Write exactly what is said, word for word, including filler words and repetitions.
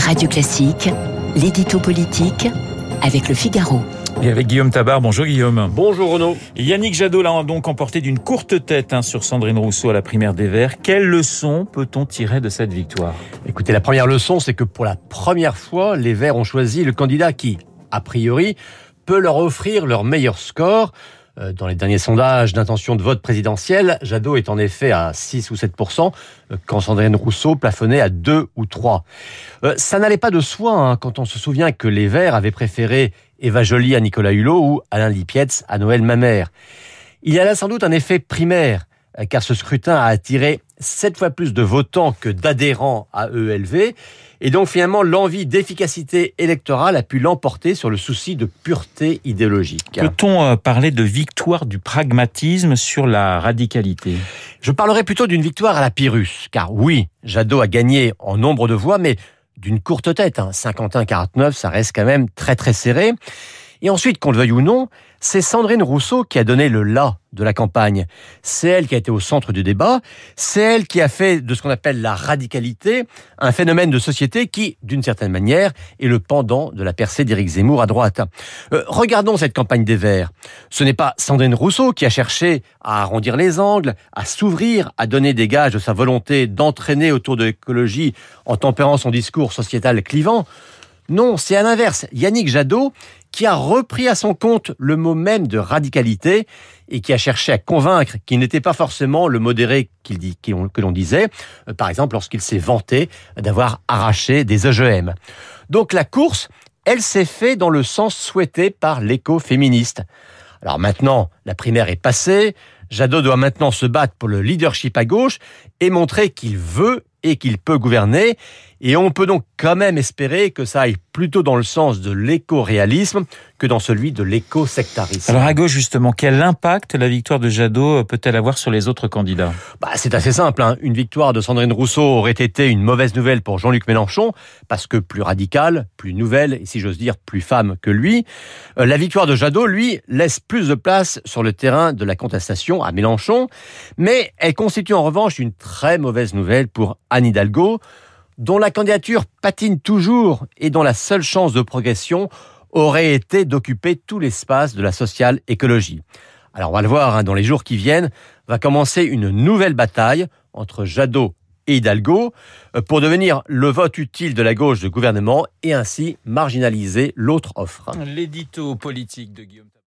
Radio Classique, l'édito politique avec Le Figaro. Et avec Guillaume Tabar. Bonjour Guillaume. Bonjour Renaud. Yannick Jadot l'a donc emporté d'une courte tête hein, sur Sandrine Rousseau à la primaire des Verts. Quelle leçon peut-on tirer de cette victoire ? Écoutez, la première leçon, c'est que pour la première fois, les Verts ont choisi le candidat qui, a priori, peut leur offrir leur meilleur score. Dans les derniers sondages d'intention de vote présidentiel, Jadot est en effet à six ou sept pour cent, quand Sandrine Rousseau plafonnait à deux ou trois. Euh, ça n'allait pas de soi hein, quand on se souvient que les Verts avaient préféré Eva Joly à Nicolas Hulot ou Alain Lipietz à Noël Mamère. Il y a là sans doute un effet primaire, car ce scrutin a attiré sept fois plus de votants que d'adhérents à E L V, et donc finalement l'envie d'efficacité électorale a pu l'emporter sur le souci de pureté idéologique. Peut-on parler de victoire du pragmatisme sur la radicalité ? Je parlerai plutôt d'une victoire à la Pyrrhus, car oui, Jadot a gagné en nombre de voix, mais d'une courte tête, hein. cinquante et un à quarante-neuf, ça reste quand même très très serré. Et ensuite, qu'on le veuille ou non, c'est Sandrine Rousseau qui a donné le là de la campagne. C'est elle qui a été au centre du débat. C'est elle qui a fait de ce qu'on appelle la radicalité un phénomène de société qui, d'une certaine manière, est le pendant de la percée d'Éric Zemmour à droite. Euh, regardons cette campagne des Verts. Ce n'est pas Sandrine Rousseau qui a cherché à arrondir les angles, à s'ouvrir, à donner des gages de sa volonté d'entraîner autour de l'écologie en tempérant son discours sociétal clivant. Non, c'est à l'inverse. Yannick Jadot qui a repris à son compte le mot même de radicalité et qui a cherché à convaincre qu'il n'était pas forcément le modéré qu'il dit, que l'on disait, par exemple lorsqu'il s'est vanté d'avoir arraché des E G M. Donc la course, elle s'est faite dans le sens souhaité par l'écoféministe. Alors maintenant, la primaire est passée, Jadot doit maintenant se battre pour le leadership à gauche et montrer qu'il veut et qu'il peut gouverner. Et on peut donc quand même espérer que ça aille plutôt dans le sens de l'éco-réalisme que dans celui de l'éco-sectarisme. Alors à gauche justement, quel impact la victoire de Jadot peut-elle avoir sur les autres candidats ? Bah, c'est assez simple, hein. Une victoire de Sandrine Rousseau aurait été une mauvaise nouvelle pour Jean-Luc Mélenchon, parce que plus radical, plus nouvelle, et si j'ose dire plus femme que lui. Euh, la victoire de Jadot, lui, laisse plus de place sur le terrain de la contestation à Mélenchon, mais elle constitue en revanche une très mauvaise nouvelle pour Anne Hidalgo, dont la candidature patine toujours et dont la seule chance de progression aurait été d'occuper tout l'espace de la social-écologie. Alors on va le voir, hein, dans les jours qui viennent, va commencer une nouvelle bataille entre Jadot et Hidalgo pour devenir le vote utile de la gauche de gouvernement et ainsi marginaliser l'autre offre. L'édito politique de Guillaume